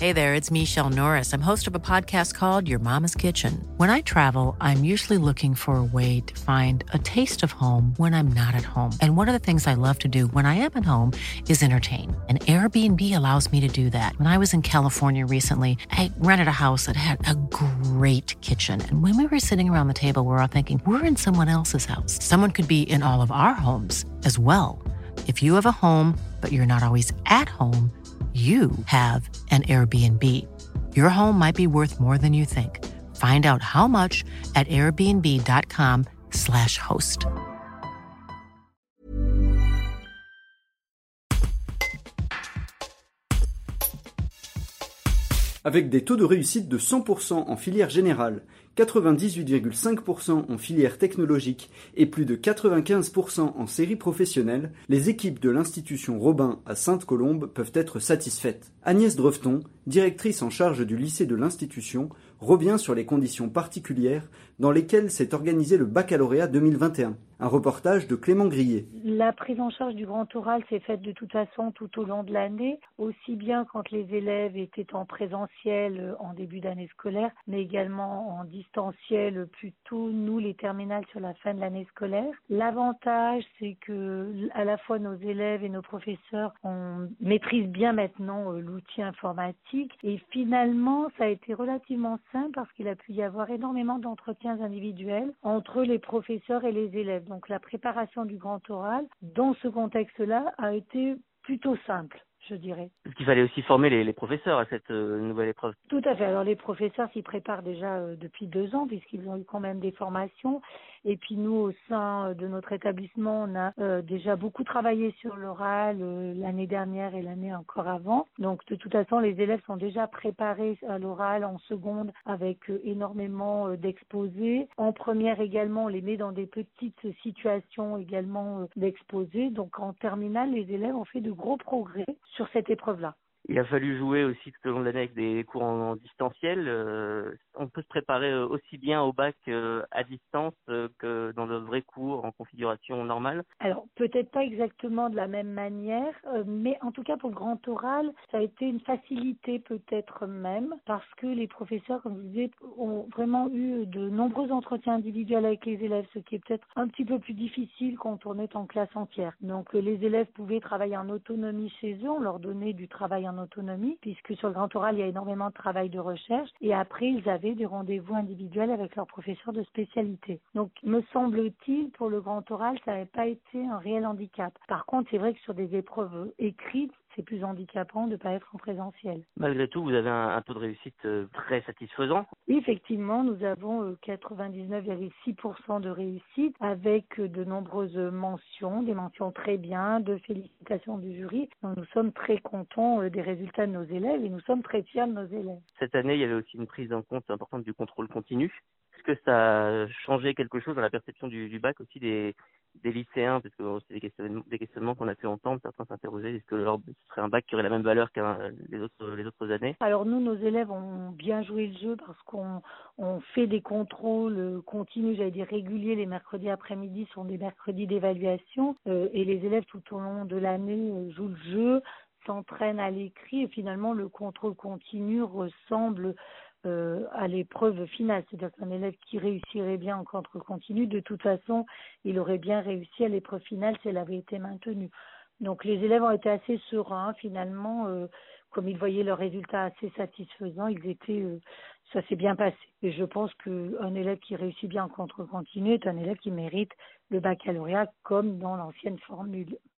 Hey there, it's Michelle Norris. I'm host of a podcast called Your Mama's Kitchen. When I travel, I'm usually looking for a way to find a taste of home when I'm not at home. And one of the things I love to do when I am at home is entertain. And Airbnb allows me to do that. When I was in California recently, I rented a house that had a great kitchen. And when we were sitting around the table, we were all thinking, we're in someone else's house. Someone could be in all of our homes as well. If you have a home, but you're not always at home, you have an Airbnb. Your home might be worth more than you think. Find out how much at airbnb.com/host. Avec des taux de réussite de 100% en filière générale, 98,5% en filière technologique et plus de 95% en série professionnelle, les équipes de l'institution Robin à Sainte-Colombe peuvent être satisfaites. Agnès Drefton, directrice en charge du lycée de l'institution, revient sur les conditions particulières dans lesquelles s'est organisé le baccalauréat 2021. Un reportage de Clément Grillet. La prise en charge du grand oral s'est faite de toute façon tout au long de l'année, aussi bien quand les élèves étaient en présentiel en début d'année scolaire, mais également en distanciel plutôt nous les terminales sur la fin de l'année scolaire. L'avantage, c'est que à la fois nos élèves et nos professeurs maîtrisent bien maintenant l'outil informatique et finalement ça a été relativement simple parce qu'il a pu y avoir énormément d'entretiens individuels entre les professeurs et les élèves. Donc la préparation du grand oral dans ce contexte-là a été plutôt simple, je dirais. Parce qu'il fallait aussi former les professeurs à cette nouvelle épreuve. Tout à fait. Alors les professeurs s'y préparent déjà depuis 2 ans puisqu'ils ont eu quand même des formations. Et puis nous, au sein de notre établissement, on a déjà beaucoup travaillé sur l'oral l'année dernière et l'année encore avant. Donc de toute façon, les élèves sont déjà préparés à l'oral en seconde avec énormément d'exposés. En première également, on les met dans des petites situations également d'exposés. Donc en terminale, les élèves ont fait de gros progrès sur cette épreuve-là. Il a fallu jouer aussi tout au long de l'année avec des cours en distanciel. On peut se préparer aussi bien au bac à distance que dans de vrais cours en configuration normale. Alors, peut-être pas exactement de la même manière, mais en tout cas pour le grand oral, ça a été une facilité peut-être même, parce que les professeurs, comme je vous disais, ont vraiment eu de nombreux entretiens individuels avec les élèves, ce qui est peut-être un petit peu plus difficile quand on est en classe entière. Donc, les élèves pouvaient travailler en autonomie chez eux, on leur donnait du travail en autonomie, puisque sur le grand oral, il y a énormément de travail de recherche, et après, ils avaient des rendez-vous individuels avec leurs professeurs de spécialité. Donc, me semble-t-il, pour le grand oral, ça n'avait pas été un réel handicap. Par contre, c'est vrai que sur des épreuves écrites, c'est plus handicapant de ne pas être en présentiel. Malgré tout, vous avez un taux de réussite très satisfaisant. Oui, effectivement, nous avons 99,6% de réussite avec de nombreuses mentions, des mentions très bien, de félicitations du jury. Donc, nous sommes très contents des résultats de nos élèves et nous sommes très fiers de nos élèves. Cette année, il y avait aussi une prise en compte importante du contrôle continu. Est-ce que ça a changé quelque chose dans la perception du bac aussi des lycéens, parce que c'est des questionnements qu'on a pu entendre, certains s'interrogeaient, est-ce que ce serait un bac qui aurait la même valeur que les autres années? Alors nous, nos élèves ont bien joué le jeu parce qu'on fait des contrôles continus, j'allais dire réguliers, les mercredis après-midi sont des mercredis d'évaluation et les élèves tout au long de l'année jouent le jeu, s'entraînent à l'écrit et finalement le contrôle continu ressemble à l'épreuve finale. C'est-à-dire qu'un élève qui réussirait bien en contrôle continu, de toute façon, il aurait bien réussi à l'épreuve finale si elle avait été maintenue. Donc les élèves ont été assez sereins finalement, comme ils voyaient leurs résultats assez satisfaisants, ça s'est bien passé. Et je pense qu'un élève qui réussit bien en contrôle continu est un élève qui mérite le baccalauréat comme dans l'ancienne formule.